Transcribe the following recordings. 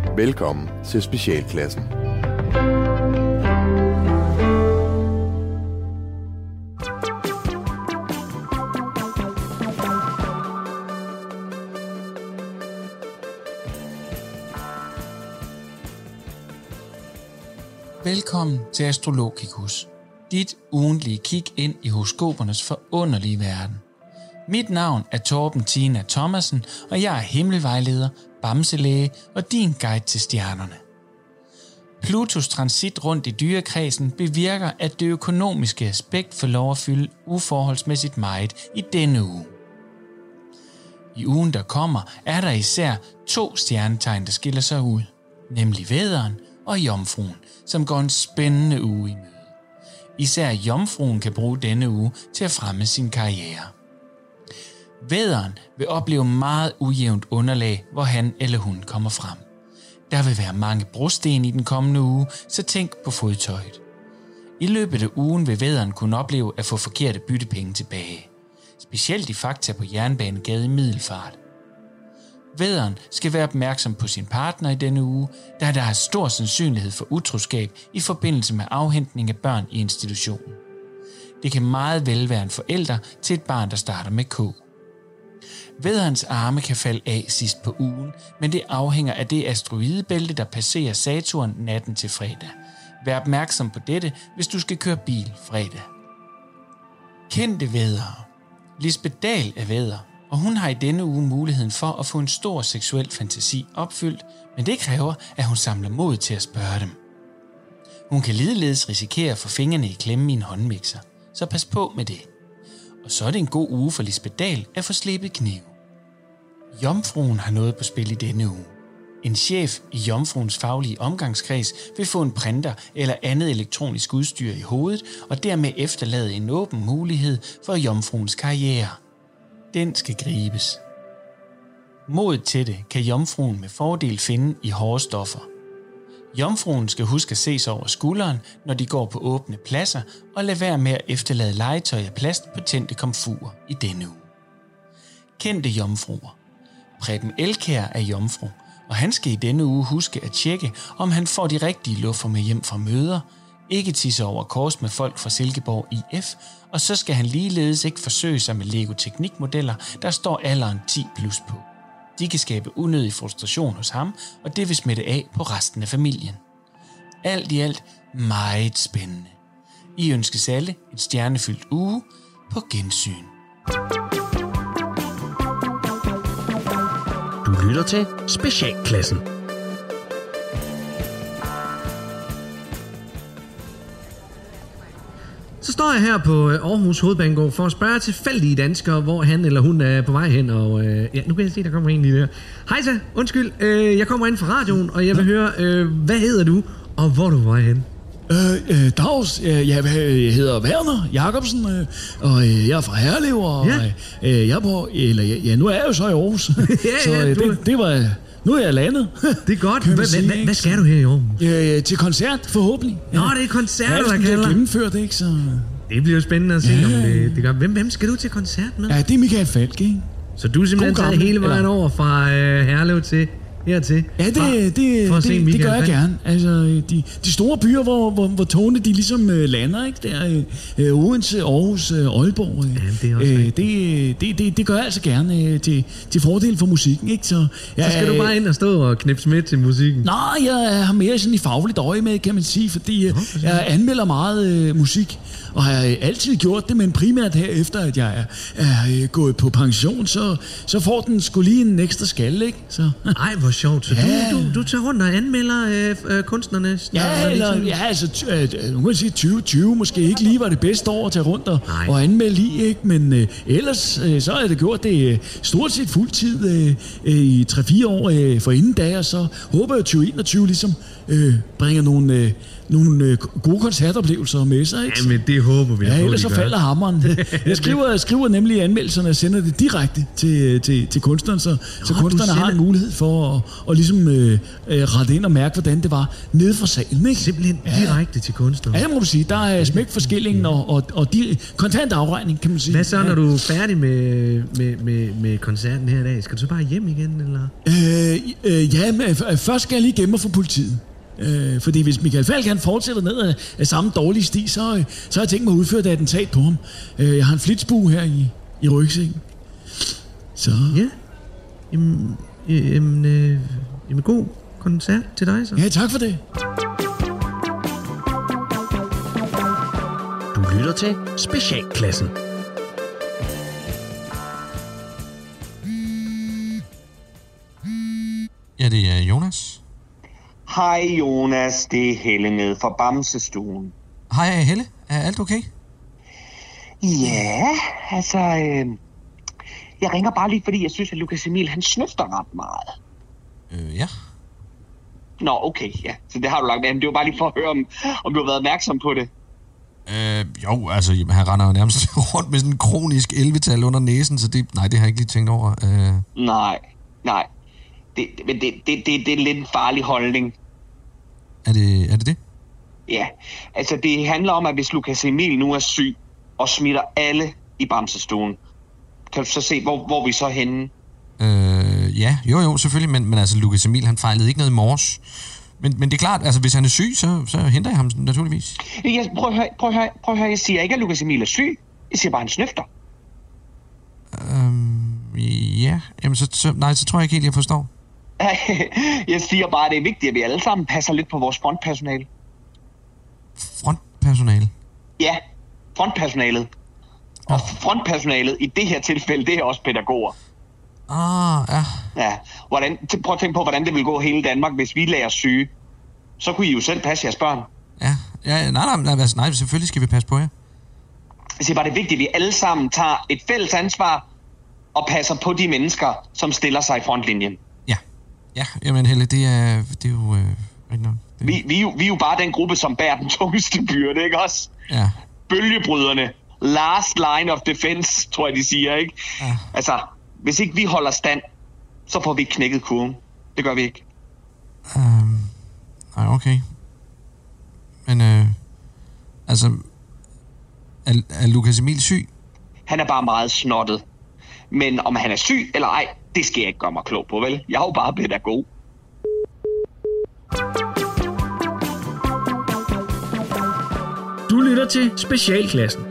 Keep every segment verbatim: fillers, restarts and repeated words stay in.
Velkommen til Specialklassen. Velkommen til Astrologikus, dit ugentlige kig ind i horoskopernes forunderlige verden. Mit navn er Torben Tina Thomasen, og jeg er himmelvejleder, bamselæge og din guide til stjernerne. Plutos transit rundt i dyrekredsen bevirker, at det økonomiske aspekt får lov at fylde uforholdsmæssigt meget i denne uge. I ugen, der kommer, er der især to stjernetegn, der skiller sig ud, nemlig Vædderen og Jomfruen, som går en spændende uge i møde. Især Jomfruen kan bruge denne uge til at fremme sin karriere. Vædderen vil opleve meget ujævnt underlag, hvor han eller hun kommer frem. Der vil være mange brosten i den kommende uge, så tænk på fodtøjet. I løbet af ugen vil Vædderen kunne opleve at få forkerte byttepenge tilbage. Specielt i Fakta på Jernbanegade i Middelfart. Vædderen skal være opmærksom på sin partner i denne uge, da der er stor sandsynlighed for utroskab i forbindelse med afhentning af børn i institutionen. Det kan meget vel være en forælder til et barn, der starter med K. Vædderens arme kan falde af sidst på ugen, men det afhænger af det asteroidebælte, der passerer Saturn natten til fredag. Vær opmærksom på dette, hvis du skal køre bil fredag. Kendte væddere. Lisbeth Dahl er vædder, og hun har i denne uge muligheden for at få en stor seksuel fantasi opfyldt, men det kræver, at hun samler mod til at spørge dem. Hun kan ligeledes risikere at få fingrene i klemme i en håndmixer, så pas på med det. Og så er det en god uge for Lisbeth Dahl at få slebet kniv. Jomfruen har noget på spil i denne uge. En chef i Jomfruens faglige omgangskreds vil få en printer eller andet elektronisk udstyr i hovedet, og dermed efterlade en åben mulighed for Jomfruens karriere. Den skal gribes. Modet til det kan Jomfruen med fordel finde i hårde stoffer. Jomfruen skal huske at se sig over skulderen, når de går på åbne pladser, og lade være med at efterlade legetøj af plast på tændte komfurer i denne uge. Kendte jomfruer. Preben Elkjær er jomfru, og han skal i denne uge huske at tjekke, om han får de rigtige luffer med hjem fra møder, ikke tisse over kors med folk fra Silkeborg I F, og så skal han ligeledes ikke forsøge sig med Lego teknikmodeller, der står alderen ti plus på. De kan skabe unødig frustration hos ham, og det vil smitte af på resten af familien. Alt i alt meget spændende. I ønskes alle en stjernefyldt uge på gensyn. Du lytter til Specialklassen. Så står jeg her på Aarhus Hovedbanegård for at spørge tilfældige danskere, hvor han eller hun er på vej hen. Og øh, ja, nu kan jeg se, der kommer en lige der. Hej så, undskyld, øh, jeg kommer ind fra radioen, og jeg vil høre, øh, hvad hedder du, og hvor er du på vej hen? Øh, øh, Dags, øh, jeg, jeg hedder Werner Jacobsen, øh, og øh, jeg er fra Herlev, og ja. øh, jeg er på, eller ja, nu er jeg jo så i Aarhus, ja, så øh, ja, det, det var, nu er jeg landet. Det er godt. Hvad hva, skal du her i Aarhus? Øh, til koncert, forhåbentlig. Nå, det er koncert, ja, der kalder. Jeg gennemført, ikke, så... Det bliver jo spændende at se, ja. om det, det gør. Hvem, hvem skal du til koncert med? Ja, det er Michael Falk, ikke? Så du er simpelthen taget hele vejen over fra øh, Herlev til hertil? Ja, det, for, det, for det, det gør jeg gerne. Altså, de, de store byer, hvor, hvor, hvor togene de ligesom øh, lander, ikke? Der øh, Odense, Aarhus, øh, Aalborg. Øh, ja, det, er også øh, det, det, det, det gør jeg altså gerne øh, til, til fordel for musikken, ikke? Så, ja, så skal øh, du bare ind og stå og knipse med til musikken? Nej, jeg har mere sådan i fagligt øje med, kan man sige, fordi øh, jeg anmelder meget øh, musik. Og har jeg altid gjort det, men primært her efter, at jeg er, er gået på pension, så, så får den sgu lige en ekstra skalle, ikke? Så. Ej, hvor sjovt. Så ja. du, du, du tager rundt og anmelder øh, øh, kunstnerne? Ja, eller, ja, altså, øh, nu kan jeg sige, tyve tyve måske ikke lige var det bedste år at tage rundt og, og anmelde i, ikke? Men øh, ellers, øh, så har jeg det gjort det øh, stort set fuldtid øh, øh, i tre fire år øh, for inden da, og så håber jeg, at tyve enogtyve ligesom øh, bringer nogle... Øh, nogle øh, gode koncertoplevelser med sig, ikke? Jamen, det håber vi. Ja, ellers så falder hammeren. Jeg skriver, jeg skriver nemlig i anmeldelserne og sender det direkte til, til, til kunstneren, så, så kunstnerne sender... har en mulighed for at, at ligesom øh, rette ind og mærke, hvordan det var nede fra salen, ikke? Simpelthen direkte ja. til kunstneren. Ja, må du sige. Der er smæk for skillingen og, og, og de, kontant afregning, kan man sige. Hvad så, når ja. du er færdig med, med, med, med koncerten her i dag? Skal du så bare hjem igen, eller? Øh, øh, ja, men først skal jeg lige gemme mig for politiet. Øh, fordi hvis Michael Falk han fortsætter ned af, af samme dårlige sti, så, øh, så har jeg tænkt mig at udføre et attentat på ham. Øh, jeg har en flitsbue her i, i rygsækken. Så... Ja. Jamen, jamen, øh, jamen, god koncert til dig, så. Ja, tak for det. Du lytter til Specialklassen. Ja, det er Jonas. Hej Jonas, det er Helle nede fra Bamsestuen. Hej Helle, er alt okay? Ja, altså, øh, jeg ringer bare lige, fordi jeg synes, at Lukas Emil, han snøfter ret meget. Øh, ja. Nå, okay, ja, så det har du lagt med. Men det var bare lige for at høre, om, om du har været opmærksom på det. Øh, jo, altså, han render jo nærmest rundt med sådan en kronisk elleve-tal under næsen, så det, nej, det har jeg ikke lige tænkt over. Øh. Nej, nej. Det, men det, det, det, det er lidt en farlig holdning. Er det, er det det? Ja, altså det handler om, at hvis Lukas Emil nu er syg og smitter alle i Bamsestuen, kan du så se, hvor, hvor vi så er henne? Øh, ja, jo jo, selvfølgelig, men, men altså Lukas Emil, han fejlede ikke noget i morges. Men, men det er klart, altså hvis han er syg, så, så henter jeg ham naturligvis. Jeg, prøv, at høre, prøv, at høre, prøv at høre, jeg siger ikke, at Lukas Emil er syg. Jeg siger bare, at han snøfter. Øhm, ja, jamen så, så, nej, så tror jeg ikke helt, jeg forstår. Jeg siger bare, at det er vigtigt, at vi alle sammen passer lidt på vores frontpersonale. Frontpersonale? Ja, frontpersonalet. Og frontpersonalet i det her tilfælde, det er også pædagoger. Ah, ja. Ja, hvordan, prøv at tænke på, hvordan det ville gå hele Danmark, hvis vi lader os syge. Så kunne I jo selv passe jeres børn. Ja, ja nej, nej, nej, nej, selvfølgelig skal vi passe på jer. Jeg siger bare, det er vigtigt, at vi alle sammen tager et fælles ansvar og passer på de mennesker, som stiller sig i frontlinjen. Ja, ja, jamen Helle, det er, det er jo... Øh, ikke noget. Det... Vi, vi, er jo, vi er jo bare den gruppe, som bærer den tungeste byrde, ikke også? Ja. Bølgebryderne. Last line of defense, tror jeg, de siger, ikke? Ja. Altså, hvis ikke vi holder stand, så får vi knækket kurven. Det gør vi ikke. Um, nej, okay. Men, øh, altså, er, er Lukas Emil syg? Han er bare meget snottet. Men om han er syg eller ej, det skal jeg ikke gøre mig klog på, vel? Jeg er jo bare pædagog. Du lytter til Specialklassen.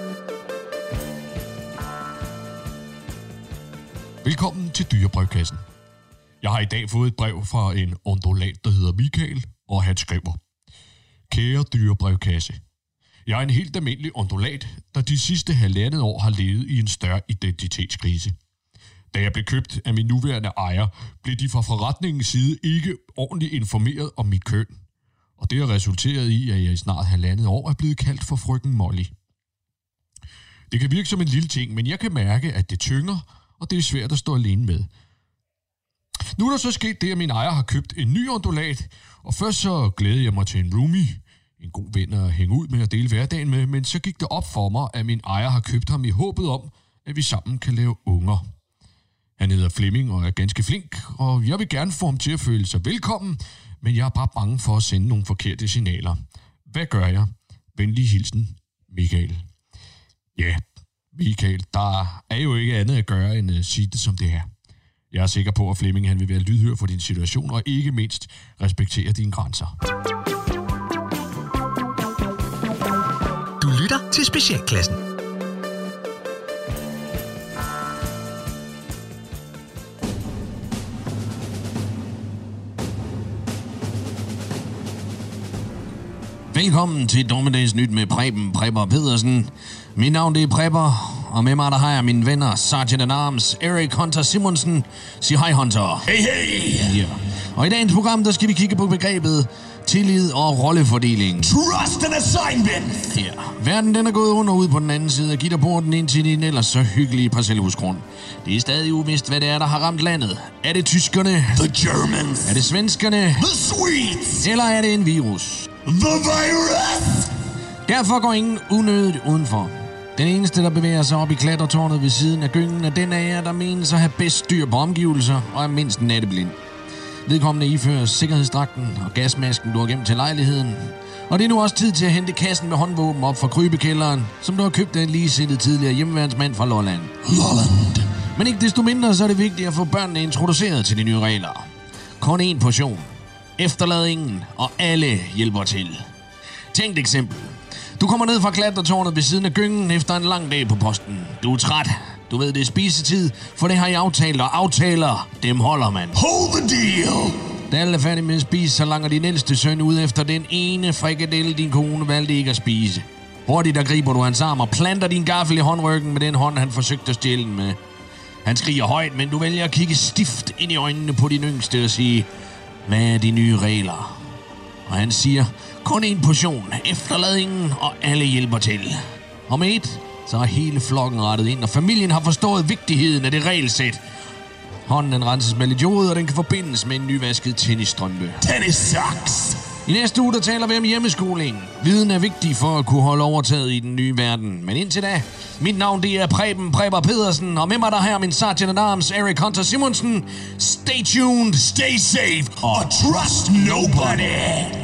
Velkommen til Dyrebrevkassen. Jeg har i dag fået et brev fra en undulat, der hedder Michael, og han skriver: Kære Dyrebrevkasse, jeg er en helt almindelig undulat, der de sidste halvandet år har levet i en større identitetskrise. Da jeg blev købt af min nuværende ejer, blev de fra forretningens side ikke ordentligt informeret om mit køn. Og det har resulteret i, at jeg i snart halvandet år er blevet kaldt for frøken Molly. Det kan virke som en lille ting, men jeg kan mærke, at det tynger, og det er svært at stå alene med. Nu er der så sket det, at min ejer har købt en ny undulat, og først så glædede jeg mig til en roomie, en god ven at hænge ud med og dele hverdagen med, men så gik det op for mig, at min ejer har købt ham i håbet om, at vi sammen kan lave unger. Han hedder Flemming og er ganske flink, og jeg vil gerne få ham til at føle sig velkommen, men jeg er bare bange for at sende nogle forkerte signaler. Hvad gør jeg? Venlig hilsen, Michael. Ja, Michael, der er jo ikke andet at gøre end at sige det, som det er. Jeg er sikker på, at Flemming han vil være lydhør for din situation, og ikke mindst respektere dine grænser. Du lytter til Specialklassen. Velkommen til Dommedags Nyt med Preben Prepper Pedersen. Mit navn det er Prepper, og med mig der har jeg mine venner Sergeant at Arms, Erik Hunter Simonsen. Sig hej Hunter. Hey hey! Ja. Og i dagens program der skal vi kigge på begrebet tillid og rollefordeling. Trust and assignment! Ja. Verden den er gået under ud på den anden side af gitterporten ind til din ellers så hyggelige parcelhusgrund. Det er stadig uvist, hvad det er, der har ramt landet. Er det tyskerne? The Germans! Er det svenskerne? The Swedes! Eller er det en virus? The virus! Derfor går ingen unødigt udenfor. Den eneste, der bevæger sig op i klatretårnet ved siden af gyngen, er den af jer, der menes at have bedst styr på omgivelser og er mindst natteblind. Vedkommende ifører sikkerhedsdragten og gasmasken, du har gemt til lejligheden. Og det er nu også tid til at hente kassen med håndvåben op fra krybekælderen, som du har købt af en ligesindet tidligere hjemmeværnsmand fra Lolland. Lolland. Men ikke desto mindre, så er det vigtigt at få børnene introduceret til de nye regler. Kun én portion. Efterlad ingen, og alle hjælper til. Tænk et eksempel. Du kommer ned fra klatretårnet ved siden af gyngen efter en lang dag på posten. Du er træt. Du ved, det er spisetid, for det har I aftalt, og aftaler, dem holder man. Hold the deal! Da alle er færdige med at spise, så langer din ældste søn ud efter den ene frikadelle, din kone valgte ikke at spise. Hurtigt der griber du hans arm og planter din gaffel i håndryggen med den hånd, han forsøgte at stjæle den med. Han skriger højt, men du vælger at kigge stift ind i øjnene på din yngste og sige, hvad er de nye regler? Og han siger, kun en portion, efterlad ingen, og alle hjælper til. Og med et, så er hele flokken rettet ind, og familien har forstået vigtigheden af det regelsæt. Hånden den renses med lidt jod, og den kan forbindes med en nyvasket tennisstrømpe. Tennis sucks! I næste uge, der taler vi om hjemmeskoling. Viden er vigtig for at kunne holde overtaget i den nye verden. Men indtil da, mit navn det er Preben Preben Pedersen, og med mig der her min sergeant at arms, Erik Hunter Simonsen. Stay tuned, Stay safe, or trust nobody!